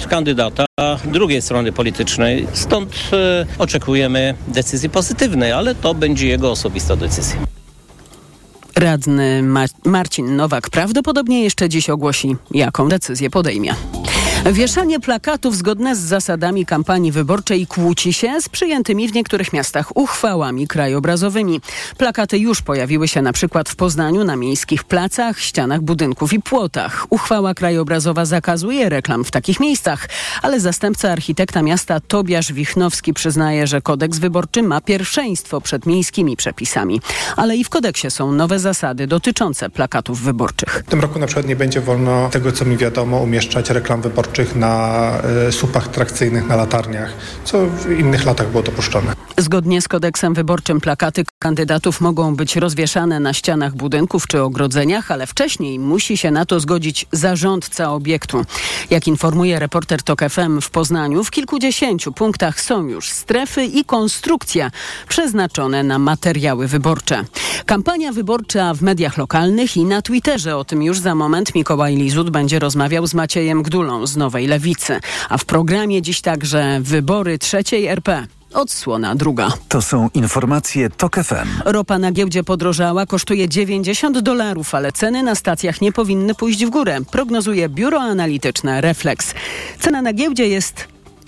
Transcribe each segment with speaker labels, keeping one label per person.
Speaker 1: od kandydata drugiej strony politycznej. Stąd oczekujemy decyzji pozytywnej, ale to będzie jego osobista decyzja.
Speaker 2: Radny Marcin Nowak prawdopodobnie jeszcze dziś ogłosi, jaką decyzję podejmie. Wieszanie plakatów zgodne z zasadami kampanii wyborczej kłóci się z przyjętymi w niektórych miastach uchwałami krajobrazowymi. Plakaty już pojawiły się na przykład w Poznaniu na miejskich placach, ścianach budynków i płotach. Uchwała krajobrazowa zakazuje reklam w takich miejscach, ale zastępca architekta miasta Tobiasz Wichnowski przyznaje, że kodeks wyborczy ma pierwszeństwo przed miejskimi przepisami. Ale i w kodeksie są nowe zasady dotyczące plakatów wyborczych.
Speaker 3: W tym roku na przykład nie będzie wolno, tego co mi wiadomo, umieszczać reklam wyborczych na słupach trakcyjnych, na latarniach, co w innych latach było dopuszczone.
Speaker 2: Zgodnie z kodeksem wyborczym plakaty kandydatów mogą być rozwieszane na ścianach budynków czy ogrodzeniach, ale wcześniej musi się na to zgodzić zarządca obiektu. Jak informuje reporter TOK FM w Poznaniu, w kilkudziesięciu punktach są już strefy i konstrukcja przeznaczone na materiały wyborcze. Kampania wyborcza w mediach lokalnych i na Twitterze. O tym już za moment Mikołaj Lizut będzie rozmawiał z Maciejem Gdulą z Nowej Lewicy. A w programie dziś także wybory trzeciej RP. Odsłona druga.
Speaker 4: To są informacje TOK FM.
Speaker 2: Ropa na giełdzie podrożała, kosztuje $90, ale ceny na stacjach nie powinny pójść w górę, prognozuje biuro analityczne Reflex. Cena na giełdzie jest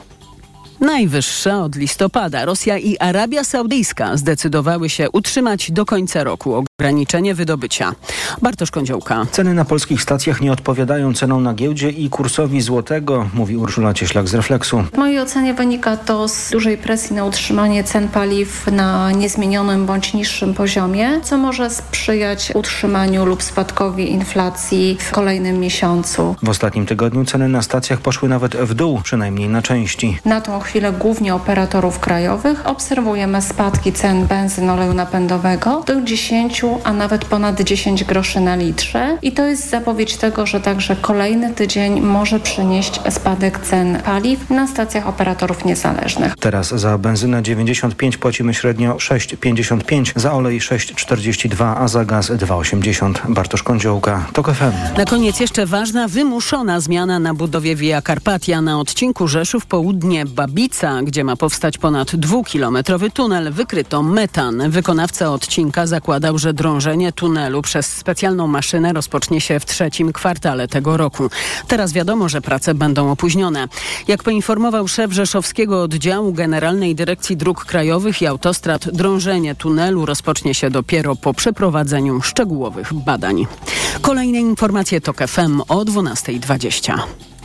Speaker 2: najwyższa od listopada. Rosja i Arabia Saudyjska zdecydowały się utrzymać do końca roku ograniczenie wydobycia. Bartosz Kądziołka.
Speaker 5: Ceny na polskich stacjach nie odpowiadają cenom na giełdzie i kursowi złotego, mówi Urszula Cieślak z Refleksu.
Speaker 6: W mojej ocenie wynika to z dużej presji na utrzymanie cen paliw na niezmienionym bądź niższym poziomie, co może sprzyjać utrzymaniu lub spadkowi inflacji w kolejnym miesiącu.
Speaker 5: W ostatnim tygodniu ceny na stacjach poszły nawet w dół, przynajmniej na części.
Speaker 6: Na tą chwilę głównie operatorów krajowych obserwujemy spadki cen benzyn, oleju napędowego do 10, a nawet ponad 10 groszy na litrze. I to jest zapowiedź tego, że także kolejny tydzień może przynieść spadek cen paliw na stacjach operatorów niezależnych.
Speaker 5: Teraz za benzynę 95 płacimy średnio 6,55, za olej 6,42, a za gaz 2,80. Bartosz Kądziołka, TOK FM.
Speaker 2: Na koniec jeszcze ważna, wymuszona zmiana na budowie Via Carpatia na odcinku Rzeszów Południe-Babica, gdzie ma powstać ponad 2-kilometrowy tunel, wykryto metan. Wykonawca odcinka zakładał, że drążenie tunelu przez specjalną maszynę rozpocznie się w trzecim kwartale tego roku. Teraz wiadomo, że prace będą opóźnione. Jak poinformował szef rzeszowskiego oddziału Generalnej Dyrekcji Dróg Krajowych i Autostrad, drążenie tunelu rozpocznie się dopiero po przeprowadzeniu szczegółowych badań. Kolejne informacje TOK FM o 12:20.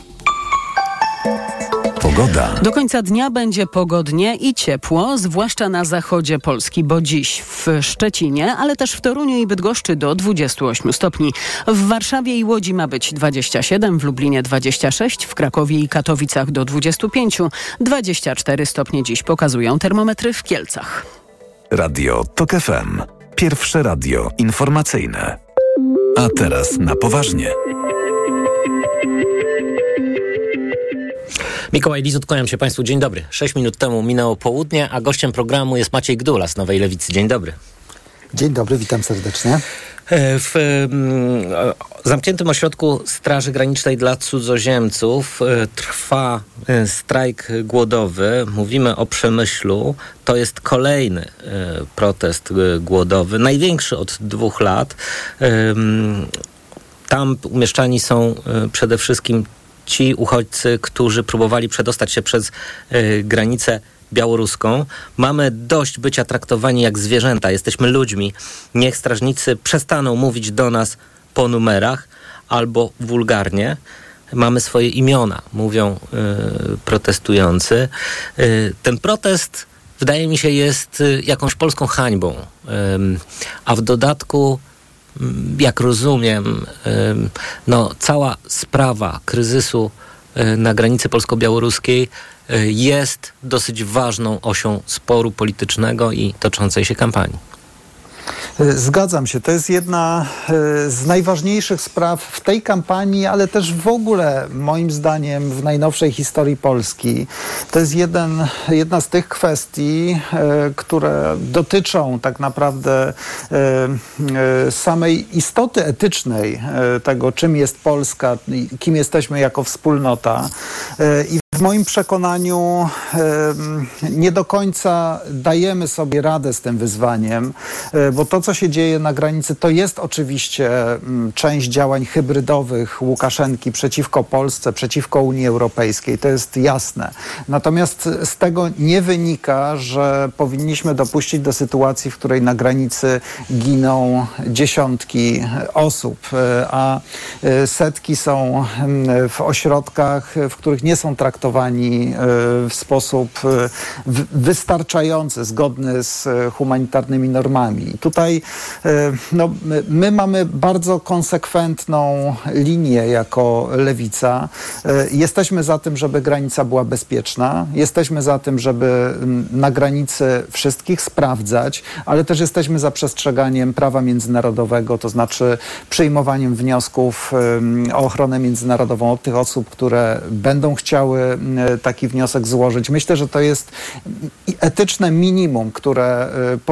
Speaker 4: Pogoda.
Speaker 2: Do końca dnia będzie pogodnie i ciepło, zwłaszcza na zachodzie Polski, bo dziś w Szczecinie, ale też w Toruniu i Bydgoszczy do 28 stopni. W Warszawie i Łodzi ma być 27, w Lublinie 26, w Krakowie i Katowicach do 25, 24 stopnie dziś pokazują termometry w Kielcach.
Speaker 4: Radio TOK FM. Pierwsze radio informacyjne. A teraz na poważnie.
Speaker 7: Mikołaj Lizut, kłaniam się Państwu. Dzień dobry. 6 minut temu minęło południe, a gościem programu jest Maciej Gdula z Nowej Lewicy. Dzień dobry.
Speaker 8: Dzień dobry, witam serdecznie.
Speaker 7: W zamkniętym ośrodku Straży Granicznej dla cudzoziemców trwa strajk głodowy. Mówimy o Przemyślu. To jest kolejny protest głodowy, największy od 2 lat. Tam umieszczani są przede wszystkim ci uchodźcy, którzy próbowali przedostać się przez granicę białoruską. Mamy dość bycia traktowani jak zwierzęta. Jesteśmy ludźmi. Niech strażnicy przestaną mówić do nas po numerach albo wulgarnie. Mamy swoje imiona, mówią protestujący. Ten protest, wydaje mi się, jest jakąś polską hańbą. A w dodatku, jak rozumiem, cała sprawa kryzysu na granicy polsko-białoruskiej jest dosyć ważną osią sporu politycznego i toczącej się kampanii.
Speaker 8: Zgadzam się. To jest jedna z najważniejszych spraw w tej kampanii, ale też w ogóle, moim zdaniem, w najnowszej historii Polski. To jest jedna z tych kwestii, które dotyczą tak naprawdę samej istoty etycznej tego, czym jest Polska, kim jesteśmy jako wspólnota. I w moim przekonaniu nie do końca dajemy sobie radę z tym wyzwaniem, bo to, co się dzieje na granicy, to jest oczywiście część działań hybrydowych Łukaszenki przeciwko Polsce, przeciwko Unii Europejskiej. To jest jasne. Natomiast z tego nie wynika, że powinniśmy dopuścić do sytuacji, w której na granicy giną dziesiątki osób, a setki są w ośrodkach, w których nie są traktowani w sposób wystarczający, zgodny z humanitarnymi normami. I tutaj my mamy bardzo konsekwentną linię jako Lewica. Jesteśmy za tym, żeby granica była bezpieczna. Jesteśmy za tym, żeby na granicy wszystkich sprawdzać, ale też jesteśmy za przestrzeganiem prawa międzynarodowego, to znaczy przyjmowaniem wniosków o ochronę międzynarodową od tych osób, które będą chciały taki wniosek złożyć. Myślę, że to jest etyczne minimum, które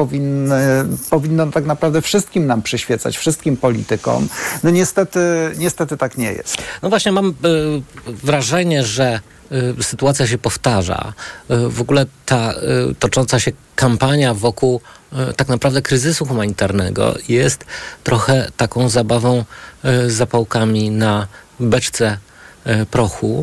Speaker 8: powinno tak naprawdę wszystkim nam przyświecać, wszystkim politykom. No niestety tak nie jest.
Speaker 7: No właśnie, mam wrażenie, że sytuacja się powtarza. W ogóle ta tocząca się kampania wokół tak naprawdę kryzysu humanitarnego jest trochę taką zabawą z zapałkami na beczce prochu.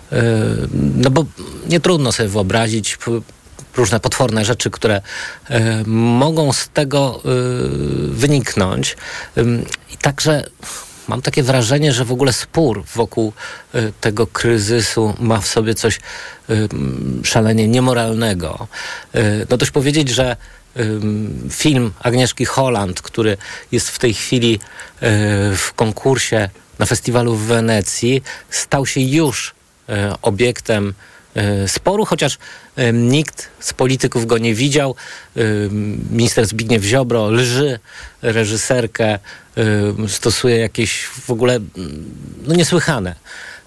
Speaker 7: No bo nie trudno sobie wyobrazić różne potworne rzeczy, które mogą z tego wyniknąć. I także mam takie wrażenie, że w ogóle spór wokół tego kryzysu ma w sobie coś szalenie niemoralnego. No dość powiedzieć, że film Agnieszki Holland, który jest w tej chwili w konkursie na festiwalu w Wenecji, stał się już obiektem sporu, chociaż nikt z polityków go nie widział. Minister Zbigniew Ziobro lży reżyserkę, stosuje jakieś w ogóle niesłychane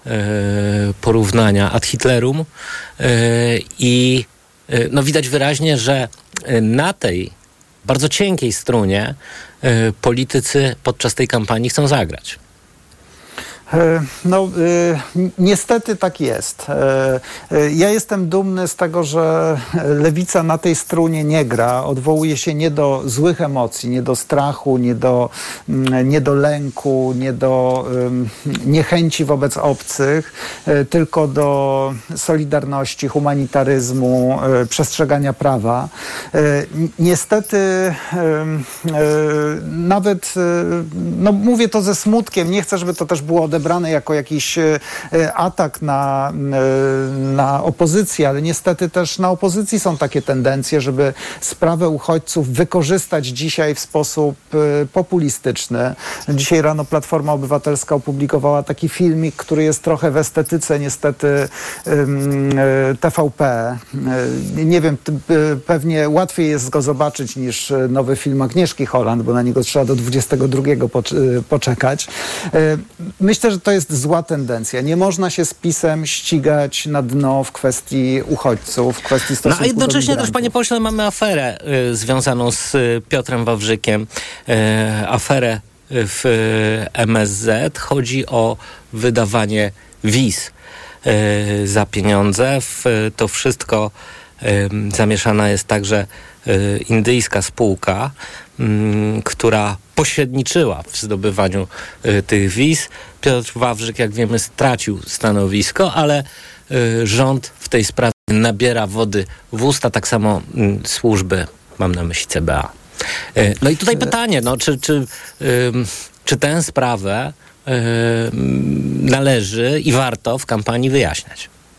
Speaker 7: porównania ad Hitlerum i widać wyraźnie, że na tej bardzo cienkiej strunie politycy podczas tej kampanii chcą zagrać.
Speaker 8: Niestety tak jest. Ja jestem dumny z tego, że Lewica na tej strunie nie gra. Odwołuje się nie do złych emocji, nie do strachu, nie do lęku, nie do niechęci wobec obcych, tylko do solidarności, humanitaryzmu, przestrzegania prawa. Niestety nawet, mówię to ze smutkiem, nie chcę, żeby to też było odebrane jako jakiś atak na opozycję, ale niestety też na opozycji są takie tendencje, żeby sprawę uchodźców wykorzystać dzisiaj w sposób populistyczny. Dzisiaj rano Platforma Obywatelska opublikowała taki filmik, który jest trochę w estetyce niestety TVP. Nie wiem, pewnie łatwiej jest go zobaczyć niż nowy film Agnieszki Holland, bo na niego trzeba do 22 poczekać. Myślę, że to jest zła tendencja. Nie można się z PiS-em ścigać na dno w kwestii uchodźców, w kwestii stosunku
Speaker 7: a jednocześnie
Speaker 8: do
Speaker 7: też, panie pośle, mamy aferę związaną z Piotrem Wawrzykiem. Aferę w MSZ. Chodzi o wydawanie wiz za pieniądze. W to wszystko zamieszana jest także indyjska spółka, która pośredniczyła w zdobywaniu tych wiz. Piotr Wawrzyk, jak wiemy, stracił stanowisko, ale rząd w tej sprawie nabiera wody w usta, tak samo służby, mam na myśli CBA. No i tutaj pytanie, czy tę sprawę należy i warto w kampanii wyjaśniać?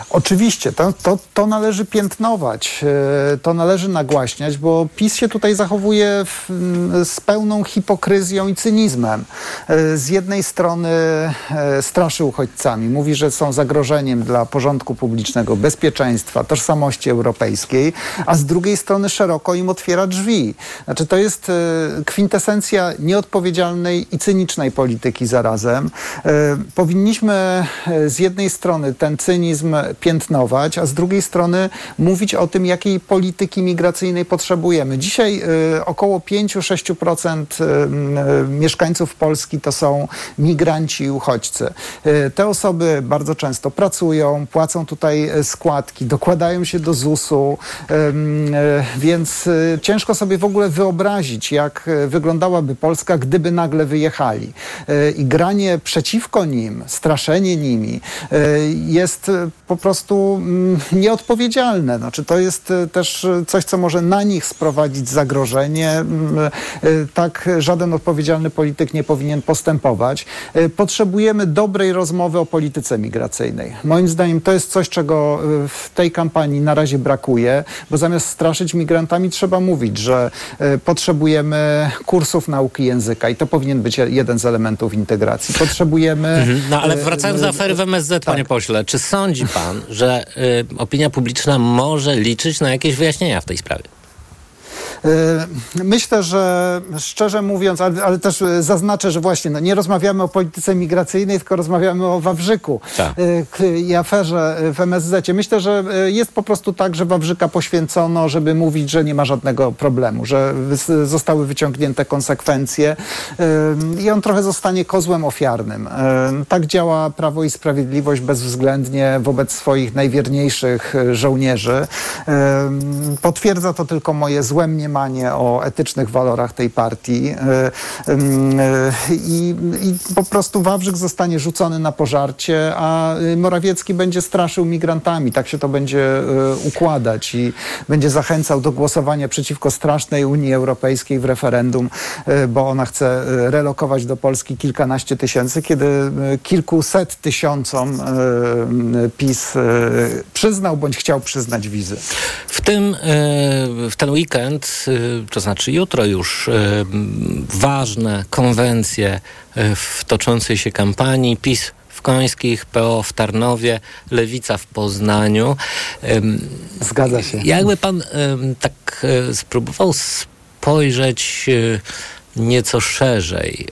Speaker 8: Oczywiście, to należy piętnować, to należy nagłaśniać, bo PiS się tutaj zachowuje z pełną hipokryzją i cynizmem. Z jednej strony straszy uchodźcami, mówi, że są zagrożeniem dla porządku publicznego, bezpieczeństwa, tożsamości europejskiej, a z drugiej strony szeroko im otwiera drzwi. Znaczy, to jest kwintesencja nieodpowiedzialnej i cynicznej polityki zarazem. Powinniśmy z jednej strony ten cynizm piętnować, a z drugiej strony mówić o tym, jakiej polityki migracyjnej potrzebujemy. Dzisiaj około 5-6% mieszkańców Polski to są migranci i uchodźcy. Te osoby bardzo często pracują, płacą tutaj składki, dokładają się do ZUS-u, więc ciężko sobie w ogóle wyobrazić, jak wyglądałaby Polska, gdyby nagle wyjechali. I granie przeciwko nim, straszenie nimi jest po prostu nieodpowiedzialne. Znaczy, to jest też coś, co może na nich sprowadzić zagrożenie. Tak żaden odpowiedzialny polityk nie powinien postępować. Potrzebujemy dobrej rozmowy o polityce migracyjnej. Moim zdaniem to jest coś, czego w tej kampanii na razie brakuje, bo zamiast straszyć migrantami trzeba mówić, że potrzebujemy kursów nauki języka i to powinien być jeden z elementów integracji. Potrzebujemy...
Speaker 7: No ale wracając do afery w MSZ, panie pośle, czy sądzi pan, że opinia publiczna może liczyć na jakieś wyjaśnienia w tej sprawie?
Speaker 8: Myślę, że szczerze mówiąc, ale też zaznaczę, że właśnie nie rozmawiamy o polityce migracyjnej, tylko rozmawiamy o Wawrzyku i aferze w MSZ-cie. Myślę, że jest po prostu tak, że Wawrzyka poświęcono, żeby mówić, że nie ma żadnego problemu, że zostały wyciągnięte konsekwencje i on trochę zostanie kozłem ofiarnym. Tak działa Prawo i Sprawiedliwość bezwzględnie wobec swoich najwierniejszych żołnierzy. Potwierdza to tylko moje złe mniemanie o etycznych walorach tej partii i po prostu Wawrzyk zostanie rzucony na pożarcie, a Morawiecki będzie straszył migrantami. Tak się to będzie układać i będzie zachęcał do głosowania przeciwko strasznej Unii Europejskiej w referendum, bo ona chce relokować do Polski kilkanaście tysięcy, kiedy kilkuset tysiącom PiS przyznał bądź chciał przyznać wizy.
Speaker 7: W ten weekend, to znaczy jutro już, ważne konwencje w toczącej się kampanii. PiS w Końskich, PO w Tarnowie, Lewica w Poznaniu.
Speaker 8: Zgadza się.
Speaker 7: Jakby pan tak spróbował spojrzeć nieco szerzej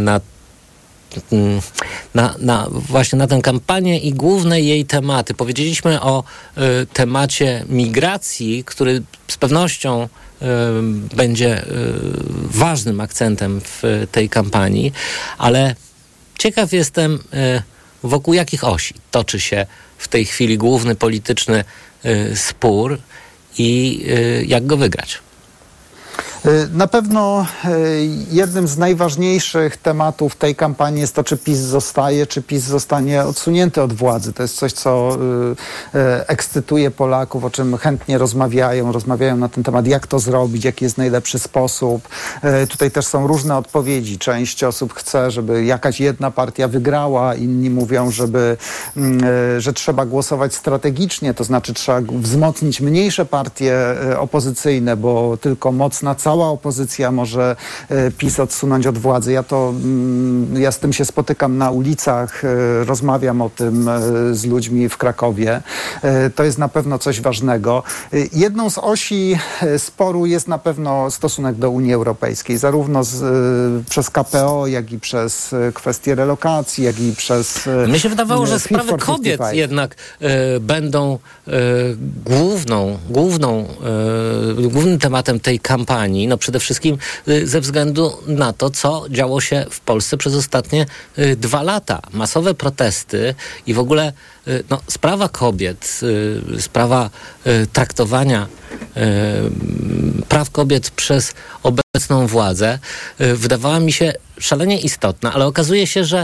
Speaker 7: właśnie na tę kampanię i główne jej tematy. Powiedzieliśmy o temacie migracji, który z pewnością będzie ważnym akcentem w tej kampanii, ale ciekaw jestem, wokół jakich osi toczy się w tej chwili główny polityczny spór i jak go wygrać.
Speaker 8: Na pewno jednym z najważniejszych tematów tej kampanii jest to, czy PiS zostaje, czy PiS zostanie odsunięty od władzy. To jest coś, co ekscytuje Polaków, o czym chętnie rozmawiają na ten temat, jak to zrobić, jaki jest najlepszy sposób. Tutaj też są różne odpowiedzi. Część osób chce, żeby jakaś jedna partia wygrała, inni mówią, że trzeba głosować strategicznie, to znaczy trzeba wzmocnić mniejsze partie opozycyjne, bo tylko mocna cała opozycja może PiS odsunąć od władzy. Ja z tym się spotykam na ulicach, rozmawiam o tym z ludźmi w Krakowie. To jest na pewno coś ważnego. Jedną z osi sporu jest na pewno stosunek do Unii Europejskiej, zarówno przez KPO, jak i przez kwestie relokacji, jak i przez...
Speaker 7: Mnie się wydawało, że sprawy kobiet jednak będą głównym tematem tej kampanii. No przede wszystkim ze względu na to, co działo się w Polsce przez ostatnie 2 lata. Masowe protesty i w ogóle sprawa kobiet, sprawa traktowania praw kobiet przez obecną władzę wydawała mi się szalenie istotna, ale okazuje się, że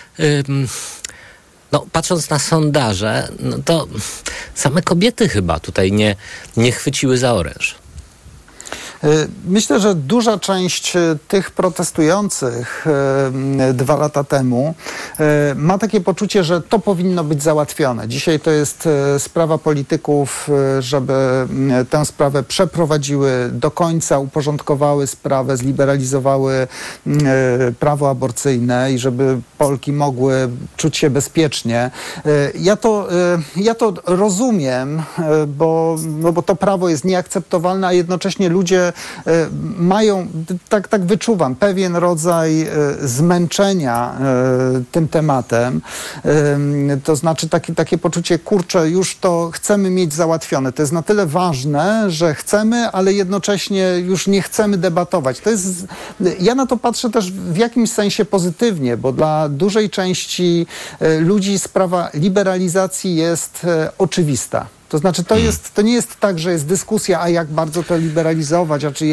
Speaker 7: patrząc na sondaże, to same kobiety chyba tutaj nie chwyciły za oręż.
Speaker 8: Myślę, że duża część tych protestujących 2 lata temu ma takie poczucie, że to powinno być załatwione. Dzisiaj to jest sprawa polityków, żeby tę sprawę przeprowadziły do końca, uporządkowały sprawę, zliberalizowały prawo aborcyjne i żeby Polki mogły czuć się bezpiecznie. Ja to rozumiem, bo to prawo jest nieakceptowalne, a jednocześnie ludzie mają, tak wyczuwam, pewien rodzaj zmęczenia tym tematem. To znaczy takie poczucie, kurczę, już to chcemy mieć załatwione. To jest na tyle ważne, że chcemy, ale jednocześnie już nie chcemy debatować. Ja na to patrzę też w jakimś sensie pozytywnie, bo dla dużej części ludzi sprawa liberalizacji jest oczywista. To znaczy, to nie jest tak, że jest dyskusja, a jak bardzo to liberalizować, a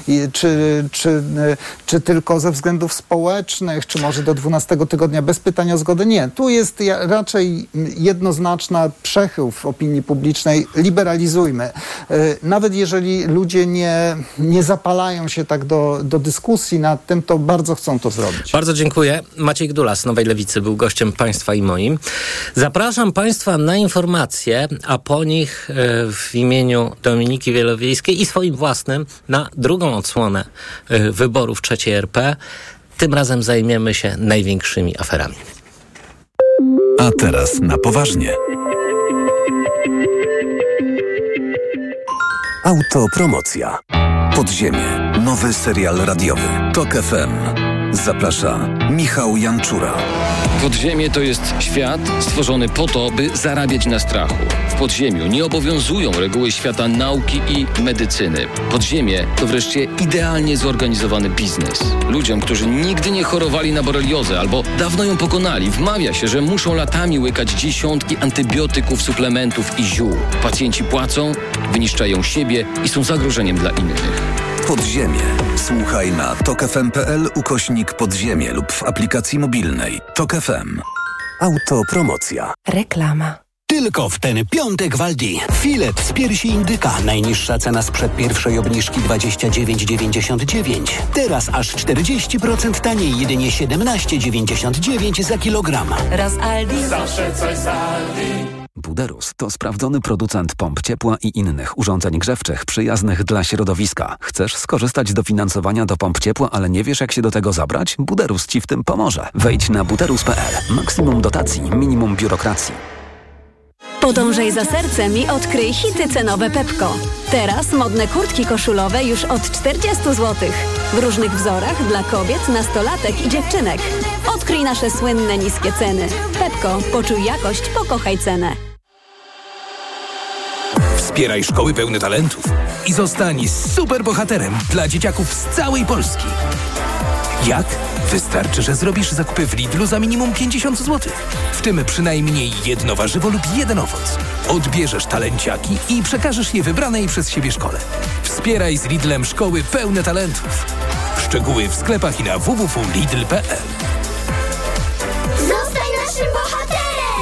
Speaker 8: czy tylko ze względów społecznych, czy może do 12 tygodnia bez pytania o zgodę. Nie. Tu jest raczej jednoznaczna przechył w opinii publicznej. Liberalizujmy. Nawet jeżeli ludzie nie zapalają się tak do dyskusji nad tym, to bardzo chcą to zrobić.
Speaker 7: Bardzo dziękuję. Maciej Gdula z Nowej Lewicy był gościem Państwa i moim. Zapraszam Państwa na informacje, a po nich w imieniu Dominiki Wielowiejskiej i swoim własnym na drugą odsłonę wyborów III RP. Tym razem zajmiemy się największymi aferami.
Speaker 4: A teraz na poważnie. Autopromocja. Podziemie. Nowy serial radiowy. TOK FM. Zaprasza Michał Janczura.
Speaker 9: Podziemie to jest świat stworzony po to, by zarabiać na strachu. W podziemiu nie obowiązują reguły świata nauki i medycyny. Podziemie to wreszcie idealnie zorganizowany biznes. Ludziom, którzy nigdy nie chorowali na boreliozę albo dawno ją pokonali, wmawia się, że muszą latami łykać dziesiątki antybiotyków, suplementów i ziół. Pacjenci płacą, wyniszczają siebie i są zagrożeniem dla innych.
Speaker 4: Podziemie. Słuchaj na tokfm.pl/podziemie lub w aplikacji mobilnej. TOK FM. Autopromocja.
Speaker 10: Reklama. Tylko w ten piątek w Aldi. Filet z piersi indyka. Najniższa cena sprzed pierwszej obniżki 29,99. Teraz aż 40% taniej, jedynie 17,99 za kilogram.
Speaker 11: Raz Aldi. Zawsze coś z Aldi.
Speaker 12: Buderus to sprawdzony producent pomp ciepła i innych urządzeń grzewczych przyjaznych dla środowiska. Chcesz skorzystać z dofinansowania do pomp ciepła, ale nie wiesz, jak się do tego zabrać? Buderus Ci w tym pomoże. Wejdź na buderus.pl. Maksimum dotacji, minimum biurokracji.
Speaker 13: Podążaj za sercem i odkryj hity cenowe Pepco. Teraz modne kurtki koszulowe już od 40 zł. W różnych wzorach dla kobiet, nastolatek i dziewczynek. Odkryj nasze słynne niskie ceny. Pepco. Poczuj jakość, pokochaj cenę.
Speaker 14: Wspieraj szkoły pełne talentów i zostań superbohaterem dla dzieciaków z całej Polski. Jak? Wystarczy, że zrobisz zakupy w Lidlu za minimum 50 zł. W tym przynajmniej jedno warzywo lub jeden owoc. Odbierzesz talenciaki i przekażesz je wybranej przez siebie szkole. Wspieraj z Lidlem szkoły pełne talentów. Szczegóły w sklepach i na www.lidl.pl.
Speaker 15: Zostań naszym bohaterem!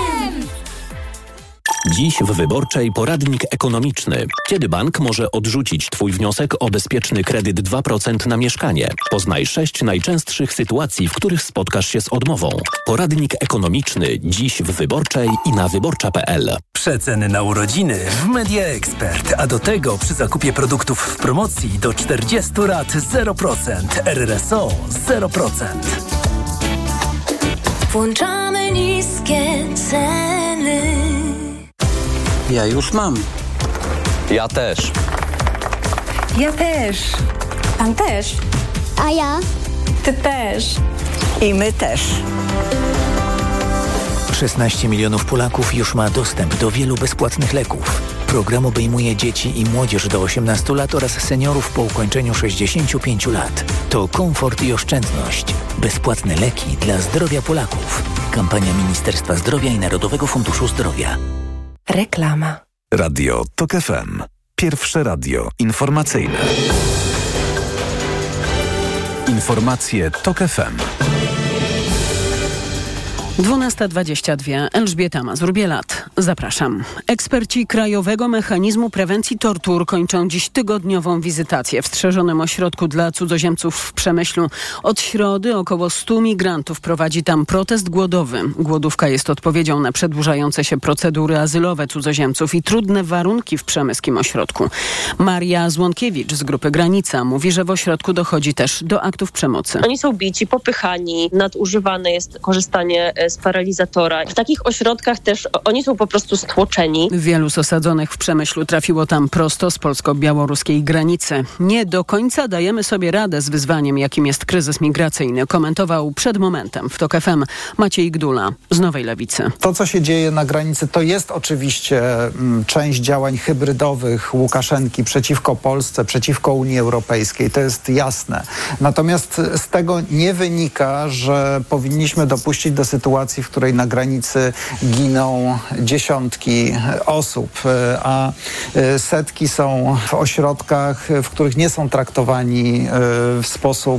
Speaker 16: Dziś w Wyborczej poradnik ekonomiczny. Kiedy bank może odrzucić Twój wniosek o bezpieczny kredyt 2% na mieszkanie? Poznaj 6 najczęstszych sytuacji, w których spotkasz się z odmową. Poradnik ekonomiczny dziś w Wyborczej i na wyborcza.pl.
Speaker 17: Przeceny na urodziny w Media Expert, a do tego przy zakupie produktów w promocji do 40 lat 0%, RRSO 0%.
Speaker 15: Włączamy niskie ceny.
Speaker 18: Ja już mam.
Speaker 19: Ja też.
Speaker 11: Ja też. Pan też.
Speaker 15: A ja?
Speaker 11: Ty też.
Speaker 18: I my też.
Speaker 20: 16 milionów Polaków już ma dostęp do wielu bezpłatnych leków. Program obejmuje dzieci i młodzież do 18 lat oraz seniorów po ukończeniu 65 lat. To komfort i oszczędność. Bezpłatne leki dla zdrowia Polaków. Kampania Ministerstwa Zdrowia i Narodowego Funduszu Zdrowia.
Speaker 10: Reklama.
Speaker 4: Radio TOK FM. Pierwsze radio informacyjne. Informacje TOK FM.
Speaker 2: 12:22. Elżbieta Mazur-Bielat. Zapraszam. Eksperci Krajowego Mechanizmu Prewencji Tortur kończą dziś tygodniową wizytację w strzeżonym ośrodku dla cudzoziemców w Przemyślu. Od środy około 100 migrantów prowadzi tam protest głodowy. Głodówka jest odpowiedzią na przedłużające się procedury azylowe cudzoziemców i trudne warunki w przemyskim ośrodku. Maria Złonkiewicz z grupy Granica mówi, że w ośrodku dochodzi też do aktów przemocy.
Speaker 21: Oni są bici, popychani, nadużywane jest korzystanie z paralizatora. W takich ośrodkach też oni są po prostu stłoczeni.
Speaker 2: Wielu z osadzonych w Przemyślu trafiło tam prosto z polsko-białoruskiej granicy. Nie do końca dajemy sobie radę z wyzwaniem, jakim jest kryzys migracyjny, komentował przed momentem w TOK FM Maciej Gdula z Nowej Lewicy.
Speaker 8: To, co się dzieje na granicy, to jest oczywiście część działań hybrydowych Łukaszenki przeciwko Polsce, przeciwko Unii Europejskiej. To jest jasne. Natomiast z tego nie wynika, że powinniśmy dopuścić do sytuacji, w której na granicy giną dziesiątki osób, a setki są w ośrodkach, w których nie są traktowani w sposób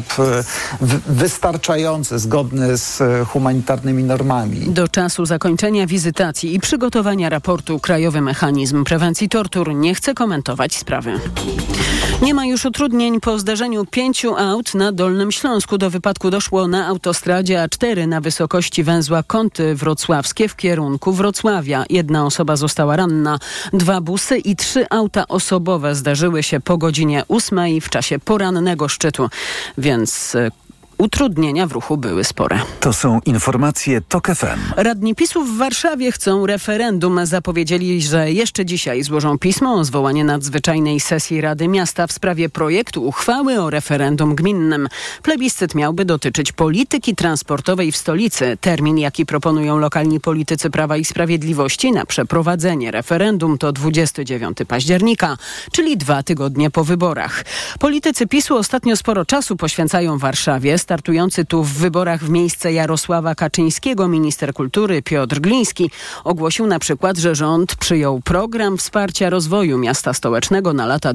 Speaker 8: wystarczający, zgodny z humanitarnymi normami.
Speaker 2: Do czasu zakończenia wizytacji i przygotowania raportu Krajowy Mechanizm Prewencji Tortur nie chce komentować sprawy. Nie ma już utrudnień po zdarzeniu 5 aut na Dolnym Śląsku. Do wypadku doszło na autostradzie A4 na wysokości węzła Kąty Wrocławskie w kierunku Wrocławia. 1 osoba została ranna. 2 busy i 3 auta osobowe zdarzyły się po godzinie 8 w czasie porannego szczytu, więc utrudnienia w ruchu były spore.
Speaker 4: To są informacje TOK FM.
Speaker 2: Radni PiS-u w Warszawie chcą referendum. Zapowiedzieli, że jeszcze dzisiaj złożą pismo o zwołanie nadzwyczajnej sesji Rady Miasta w sprawie projektu uchwały o referendum gminnym. Plebiscyt miałby dotyczyć polityki transportowej w stolicy. Termin, jaki proponują lokalni politycy Prawa i Sprawiedliwości na przeprowadzenie referendum, to 29 października, czyli 2 tygodnie po wyborach. Politycy PiS-u ostatnio sporo czasu poświęcają Warszawie. Startujący tu w wyborach w miejsce Jarosława Kaczyńskiego minister kultury Piotr Gliński ogłosił na przykład, że rząd przyjął program wsparcia rozwoju miasta stołecznego na lata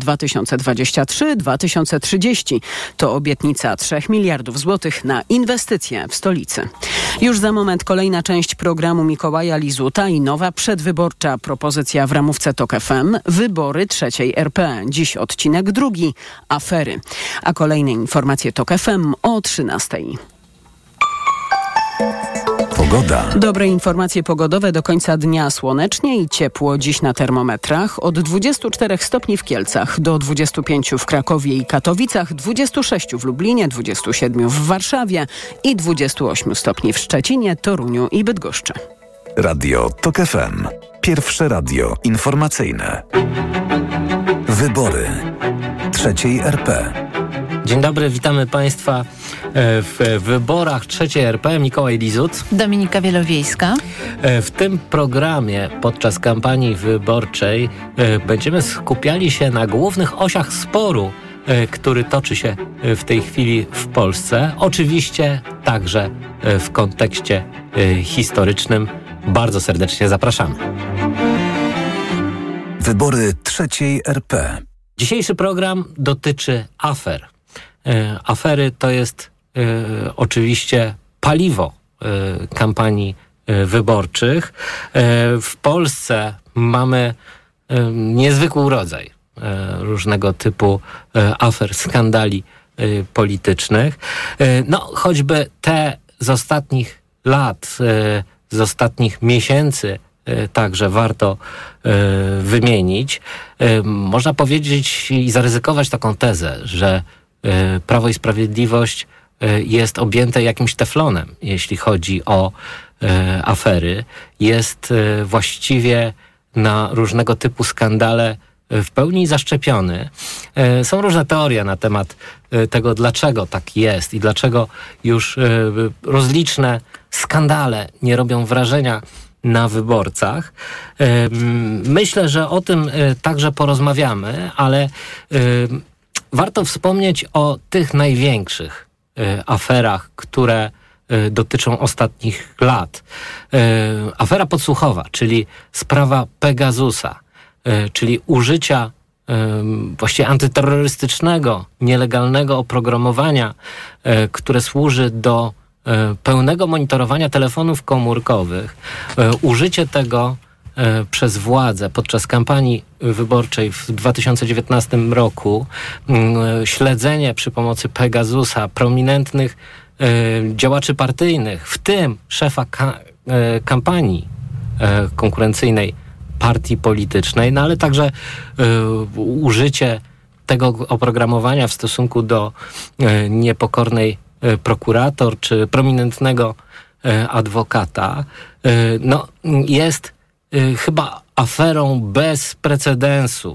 Speaker 2: 2023-2030. To obietnica 3 miliardów złotych na inwestycje w stolicy. Już za moment kolejna część programu Mikołaja Lizuta i nowa przedwyborcza propozycja w ramówce TOK FM. Wybory 3. RP. Dziś odcinek 2. Afery. A kolejne informacje TOK FM o 13.
Speaker 4: Pogoda.
Speaker 2: Dobre informacje pogodowe do końca dnia. Słonecznie i ciepło dziś na termometrach. Od 24 stopni w Kielcach do 25 w Krakowie i Katowicach, 26 w Lublinie, 27 w Warszawie i 28 stopni w Szczecinie, Toruniu i Bydgoszczy.
Speaker 4: Radio TOK FM. Pierwsze radio informacyjne. Wybory 3. RP.
Speaker 7: Dzień dobry, witamy Państwa w wyborach 3. RP. Mikołaj Lizut.
Speaker 22: Dominika Wielowiejska.
Speaker 7: W tym programie podczas kampanii wyborczej będziemy skupiali się na głównych osiach sporu, który toczy się w tej chwili w Polsce. Oczywiście także w kontekście historycznym. Bardzo serdecznie zapraszamy.
Speaker 4: Wybory 3. RP.
Speaker 7: Dzisiejszy program dotyczy afer. Afery to jest oczywiście paliwo kampanii wyborczych. W Polsce mamy niezwykły rodzaj różnego typu afer, skandali politycznych. No, choćby te z ostatnich lat, z ostatnich miesięcy także warto wymienić. Można powiedzieć i zaryzykować taką tezę, że Prawo i Sprawiedliwość jest objęte jakimś teflonem, jeśli chodzi o afery. Jest właściwie na różnego typu skandale w pełni zaszczepiony. Są różne teorie na temat tego, dlaczego tak jest i dlaczego już rozliczne skandale nie robią wrażenia na wyborcach. Myślę, że o tym także porozmawiamy, ale warto wspomnieć o tych największych aferach, które dotyczą ostatnich lat. Afera podsłuchowa, czyli sprawa Pegasusa, czyli użycia właściwie antyterrorystycznego, nielegalnego oprogramowania, które służy do pełnego monitorowania telefonów komórkowych, użycie tego przez władzę podczas kampanii wyborczej w 2019 roku, śledzenie przy pomocy Pegasusa prominentnych działaczy partyjnych, w tym szefa kampanii konkurencyjnej partii politycznej, no ale także użycie tego oprogramowania w stosunku do niepokornej prokurator czy prominentnego adwokata, no jest chyba aferą bez precedensu.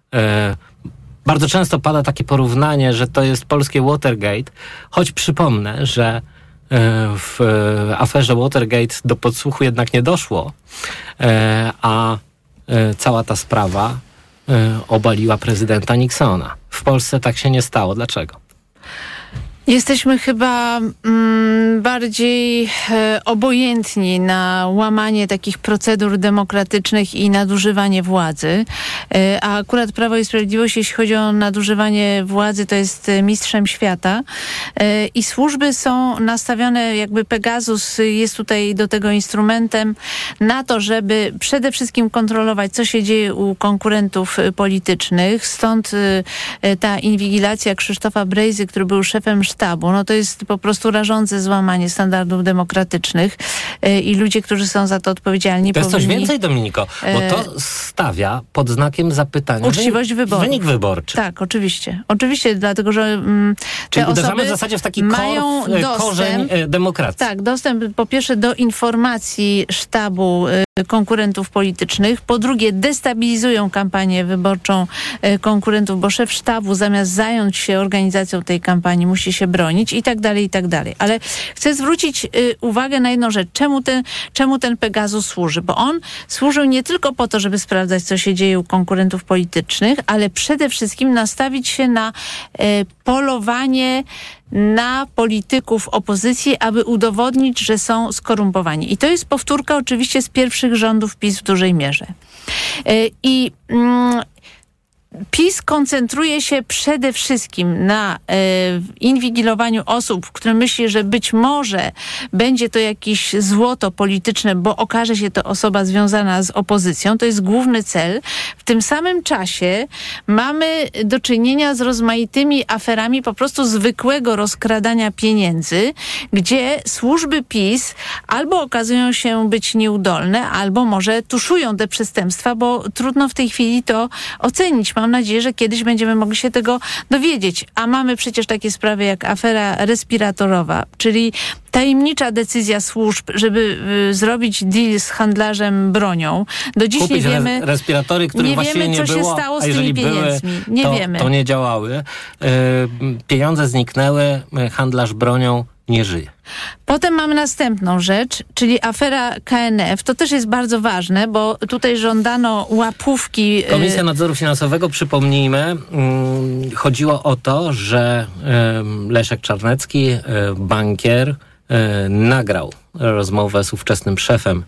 Speaker 7: Bardzo często pada takie porównanie, że to jest polskie Watergate, choć przypomnę, że w aferze Watergate do podsłuchu jednak nie doszło, a cała ta sprawa obaliła prezydenta Nixona. W Polsce tak się nie stało. Dlaczego?
Speaker 1: Jesteśmy chyba bardziej obojętni na łamanie takich procedur demokratycznych i nadużywanie władzy. A akurat Prawo i Sprawiedliwość, jeśli chodzi o nadużywanie władzy, to jest mistrzem świata. I służby są nastawione, jakby Pegasus jest tutaj do tego instrumentem, na to, żeby przede wszystkim kontrolować, co się dzieje u konkurentów politycznych. Stąd ta inwigilacja Krzysztofa Brejzy, który był szefem sztabu, no to jest po prostu rażące złamanie standardów demokratycznych i ludzie, którzy są za to odpowiedzialni,
Speaker 7: to jest
Speaker 1: powinni...
Speaker 7: coś więcej, Dominiko, bo to stawia pod znakiem zapytania
Speaker 1: uczciwość wyborów.
Speaker 7: Wynik wyborczy.
Speaker 1: Tak, oczywiście. Oczywiście, dlatego, że
Speaker 7: czyli
Speaker 1: te
Speaker 7: uderzamy
Speaker 1: osoby
Speaker 7: w zasadzie w taki
Speaker 1: mają
Speaker 7: korzeń demokracji.
Speaker 1: Tak, dostęp po pierwsze do informacji sztabu konkurentów politycznych, po drugie destabilizują kampanię wyborczą konkurentów, bo szef sztabu zamiast zająć się organizacją tej kampanii musi się bronić i tak dalej, i tak dalej. Ale chcę zwrócić uwagę na jedną rzecz. Czemu ten Pegasus służy? Bo on służył nie tylko po to, żeby sprawdzać, co się dzieje u konkurentów politycznych, ale przede wszystkim nastawić się na polowanie na polityków opozycji, aby udowodnić, że są skorumpowani. I to jest powtórka oczywiście z pierwszych rządów PiS w dużej mierze. PiS koncentruje się przede wszystkim na inwigilowaniu osób, które myśli, że być może będzie to jakieś złoto polityczne, bo okaże się to osoba związana z opozycją. To jest główny cel. W tym samym czasie mamy do czynienia z rozmaitymi aferami po prostu zwykłego rozkradania pieniędzy, gdzie służby PiS albo okazują się być nieudolne, albo może tuszują te przestępstwa, bo trudno w tej chwili to ocenić. Mam nadzieję, że kiedyś będziemy mogli się tego dowiedzieć. A mamy przecież takie sprawy jak afera respiratorowa, czyli tajemnicza decyzja służb, żeby zrobić deal z handlarzem bronią. Do dziś
Speaker 7: kupić
Speaker 1: nie wiemy,
Speaker 7: respiratory, których właściwie nie
Speaker 1: co
Speaker 7: było,
Speaker 1: się stało
Speaker 7: a
Speaker 1: z
Speaker 7: jeżeli
Speaker 1: tymi pieniędzmi. Wiemy.
Speaker 7: To nie działały. Pieniądze zniknęły, handlarz bronią nie żyje.
Speaker 1: Potem mamy następną rzecz, czyli afera KNF. To też jest bardzo ważne, bo tutaj żądano łapówki.
Speaker 7: Komisja Nadzoru Finansowego, przypomnijmy, chodziło o to, że Leszek Czarnecki, bankier, nagrał rozmowę z ówczesnym szefem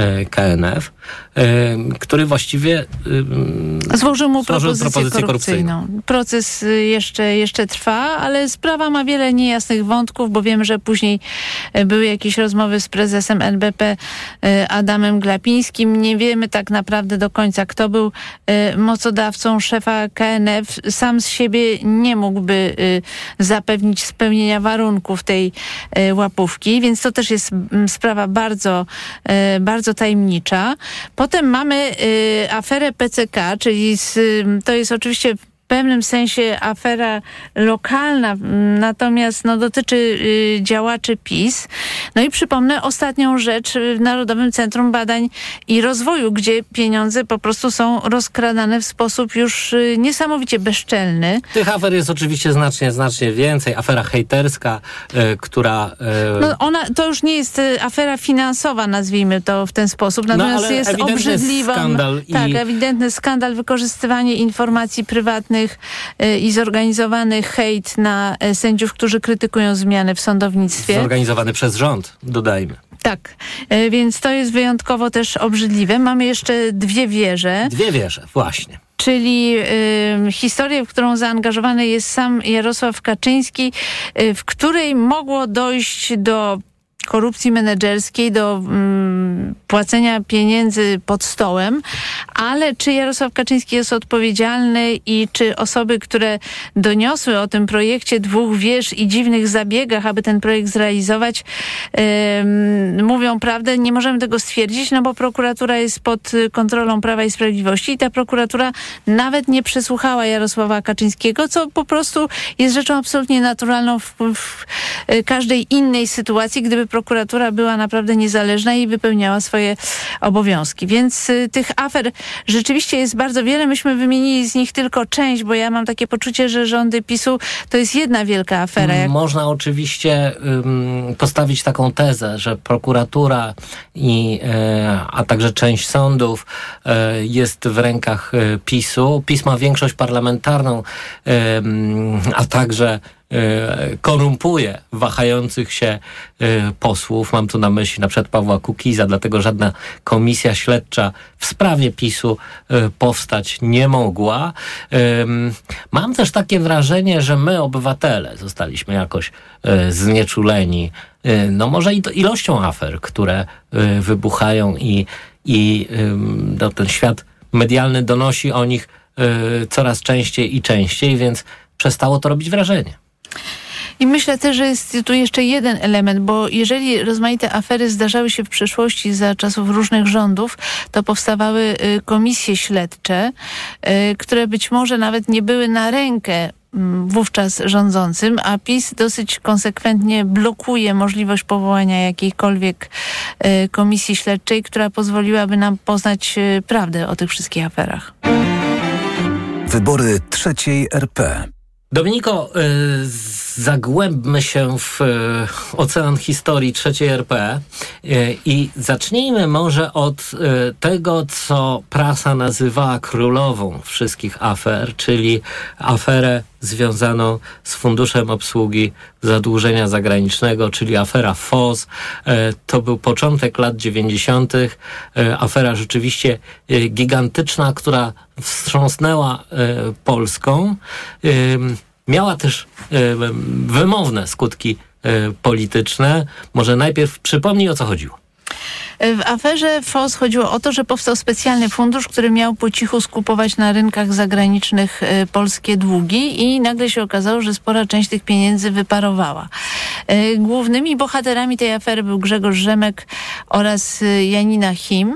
Speaker 7: KNF, który właściwie
Speaker 1: złożył mu propozycję korupcyjną. Proces jeszcze trwa, ale sprawa ma wiele niejasnych wątków, bo wiemy, że później były jakieś rozmowy z prezesem NBP Adamem Glapińskim. Nie wiemy tak naprawdę do końca, kto był mocodawcą szefa KNF. Sam z siebie nie mógłby zapewnić spełnienia warunków tej łapówki, więc to też jest sprawa bardzo tajemnicza. Potem mamy aferę PCK, czyli to jest oczywiście w pewnym sensie afera lokalna, natomiast dotyczy działaczy PiS. No i przypomnę ostatnią rzecz w Narodowym Centrum Badań i Rozwoju, gdzie pieniądze po prostu są rozkradane w sposób już niesamowicie bezczelny.
Speaker 7: Tych afer jest oczywiście znacznie więcej. Afera hejterska, która...
Speaker 1: to już nie jest afera finansowa, nazwijmy to w ten sposób, natomiast jest obrzydliwą... ewidentny skandal, wykorzystywanie informacji prywatnych i zorganizowany hejt na sędziów, którzy krytykują zmiany w sądownictwie.
Speaker 7: Zorganizowany przez rząd, dodajmy.
Speaker 1: Tak, więc to jest wyjątkowo też obrzydliwe. Mamy jeszcze dwie wieże.
Speaker 7: Dwie wieże, właśnie.
Speaker 1: Czyli historię, w którą zaangażowany jest sam Jarosław Kaczyński, w której mogło dojść do korupcji menedżerskiej, do płacenia pieniędzy pod stołem, ale czy Jarosław Kaczyński jest odpowiedzialny i czy osoby, które doniosły o tym projekcie 2 wież i dziwnych zabiegach, aby ten projekt zrealizować, mówią prawdę? Nie możemy tego stwierdzić, no bo prokuratura jest pod kontrolą Prawa i Sprawiedliwości i ta prokuratura nawet nie przesłuchała Jarosława Kaczyńskiego, co po prostu jest rzeczą absolutnie naturalną w każdej innej sytuacji, gdyby prokuratura była naprawdę niezależna i wypełniała swoje obowiązki. Więc tych afer rzeczywiście jest bardzo wiele. Myśmy wymienili z nich tylko część, bo ja mam takie poczucie, że rządy PiS-u to jest jedna wielka afera.
Speaker 7: Można oczywiście postawić taką tezę, że prokuratura a także część sądów jest w rękach PiS-u. PiS ma większość parlamentarną, a także korumpuje wahających się posłów. Mam tu na myśli na przykład Pawła Kukiza, dlatego żadna komisja śledcza w sprawie PiS-u powstać nie mogła. Mam też takie wrażenie, że my, obywatele, zostaliśmy jakoś znieczuleni. No może i ilością afer, które wybuchają i ten świat medialny donosi o nich coraz częściej i częściej, więc przestało to robić wrażenie.
Speaker 1: I myślę też, że jest tu jeszcze jeden element, bo jeżeli rozmaite afery zdarzały się w przeszłości za czasów różnych rządów, to powstawały komisje śledcze, które być może nawet nie były na rękę wówczas rządzącym, a PiS dosyć konsekwentnie blokuje możliwość powołania jakiejkolwiek komisji śledczej, która pozwoliłaby nam poznać prawdę o tych wszystkich aferach.
Speaker 4: Wybory 3. RP.
Speaker 7: Dominiko, zagłębmy się w ocean historii 3. RP i zacznijmy może od tego, co prasa nazywała królową wszystkich afer, czyli aferę związaną z Funduszem Obsługi Zadłużenia Zagranicznego, czyli afera FOZ. To był początek lat 90. Afera rzeczywiście gigantyczna, która wstrząsnęła Polską. Miała też wymowne skutki polityczne. Może najpierw przypomnij, o co chodziło.
Speaker 1: W aferze FOZ chodziło o to, że powstał specjalny fundusz, który miał po cichu skupować na rynkach zagranicznych polskie długi i nagle się okazało, że spora część tych pieniędzy wyparowała. Głównymi bohaterami tej afery był Grzegorz Rzemek oraz Janina Him.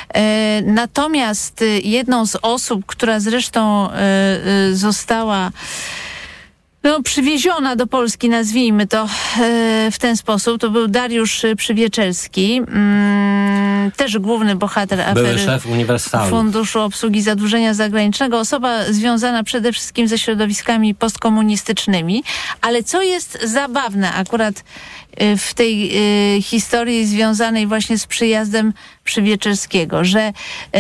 Speaker 1: Natomiast jedną z osób, która zresztą została przywieziona do Polski, nazwijmy to w ten sposób, to był Dariusz Przywieczelski, też główny bohater afery Funduszu Obsługi Zadłużenia Zagranicznego, osoba związana przede wszystkim ze środowiskami postkomunistycznymi, ale co jest zabawne akurat w tej historii związanej właśnie z przyjazdem Przywieczelskiego, że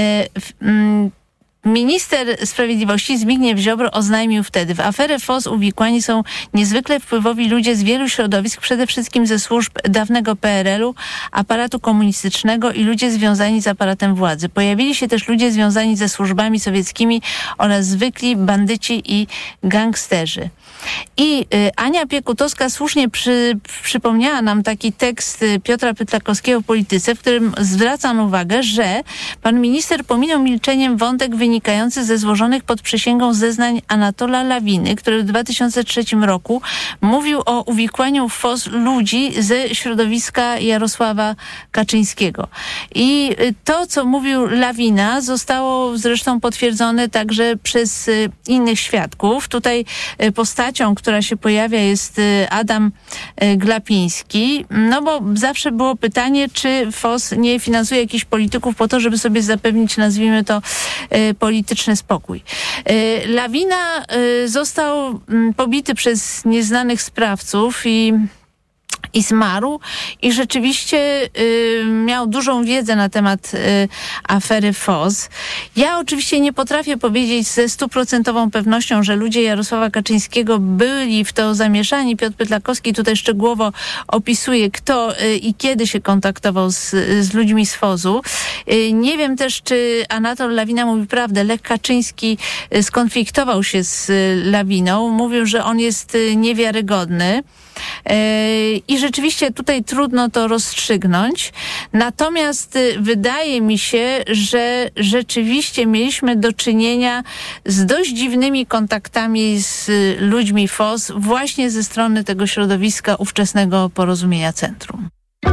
Speaker 1: minister sprawiedliwości Zbigniew Ziobro oznajmił wtedy: w aferę FOZ uwikłani są niezwykle wpływowi ludzie z wielu środowisk, przede wszystkim ze służb dawnego PRL-u, aparatu komunistycznego i ludzie związani z aparatem władzy. Pojawili się też ludzie związani ze służbami sowieckimi oraz zwykli bandyci i gangsterzy. I Ania Piekutowska słusznie przypomniała nam taki tekst Piotra Pytlakowskiego w Polityce, w którym zwraca on uwagę, że pan minister pominął milczeniem wątek wynikający ze złożonych pod przysięgą zeznań Anatola Lawiny, który w 2003 roku mówił o uwikłaniu w FOZ ludzi ze środowiska Jarosława Kaczyńskiego. I to, co mówił Lawina, zostało zresztą potwierdzone także przez innych świadków. Tutaj postacią, która się pojawia, jest Adam Glapiński, no bo zawsze było pytanie, czy FOZ nie finansuje jakichś polityków po to, żeby sobie zapewnić, nazwijmy to, polityczny spokój. Lawina został pobity przez nieznanych sprawców i zmarł i rzeczywiście miał dużą wiedzę na temat afery FOZ. Ja oczywiście nie potrafię powiedzieć ze 100% pewnością, że ludzie Jarosława Kaczyńskiego byli w to zamieszani. Piotr Pytlakowski tutaj szczegółowo opisuje, kto i kiedy się kontaktował z ludźmi z FOZ-u. Nie wiem też, czy Anatol Lawina mówi prawdę. Lech Kaczyński skonfliktował się z Lawiną. Mówił, że on jest niewiarygodny. I rzeczywiście tutaj trudno to rozstrzygnąć. Natomiast wydaje mi się, że rzeczywiście mieliśmy do czynienia z dość dziwnymi kontaktami z ludźmi FOS właśnie ze strony tego środowiska ówczesnego Porozumienia Centrum.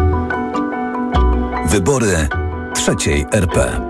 Speaker 4: Wybory trzeciej RP.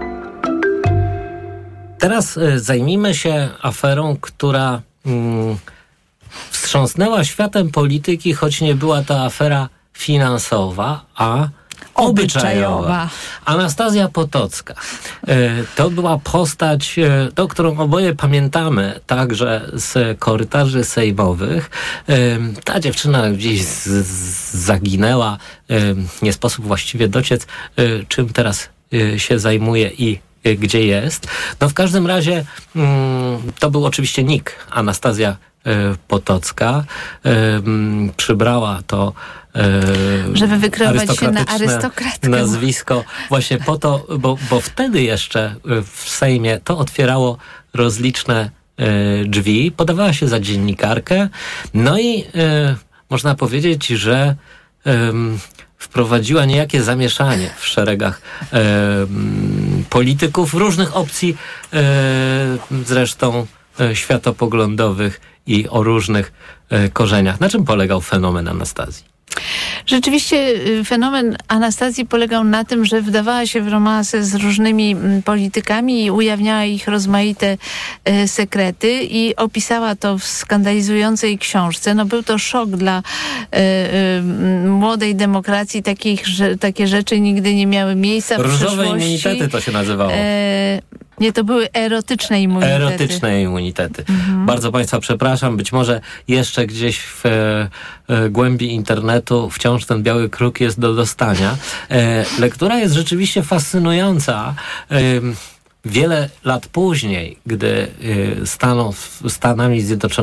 Speaker 7: Teraz zajmijmy się aferą, która wstrząsnęła światem polityki, choć nie była to afera finansowa, a obyczajowa. Anastazja Potocka. To była postać, którą oboje pamiętamy także z korytarzy sejmowych. Ta dziewczyna gdzieś zaginęła. Nie sposób właściwie dociec, czym teraz się zajmuje i gdzie jest. No w każdym razie to był oczywiście nick Anastazja Potocka. Przybrała to
Speaker 1: żeby wykreować się na arystokratkę.
Speaker 7: Nazwisko właśnie po to, bo wtedy jeszcze w Sejmie to otwierało rozliczne drzwi. Podawała się za dziennikarkę. No i można powiedzieć, że wprowadziła niejakie zamieszanie w szeregach polityków różnych opcji, zresztą światopoglądowych i o różnych korzeniach. Na czym polegał fenomen Anastazji?
Speaker 1: Rzeczywiście fenomen Anastazji polegał na tym, że wdawała się w romanse z różnymi politykami i ujawniała ich rozmaite sekrety i opisała to w skandalizującej książce. No był to szok dla młodej demokracji. Takie rzeczy nigdy nie miały miejsca w przeszłości.
Speaker 7: Różowe immunitety to się nazywało.
Speaker 1: Nie, to były erotyczne immunitety.
Speaker 7: Erotyczne immunitety. Bardzo Państwa przepraszam. Być może jeszcze gdzieś w głębi internetu wciąż ten biały kruk jest do dostania. Lektura jest rzeczywiście fascynująca. Wiele lat później, gdy Stanami Zjednoczonymi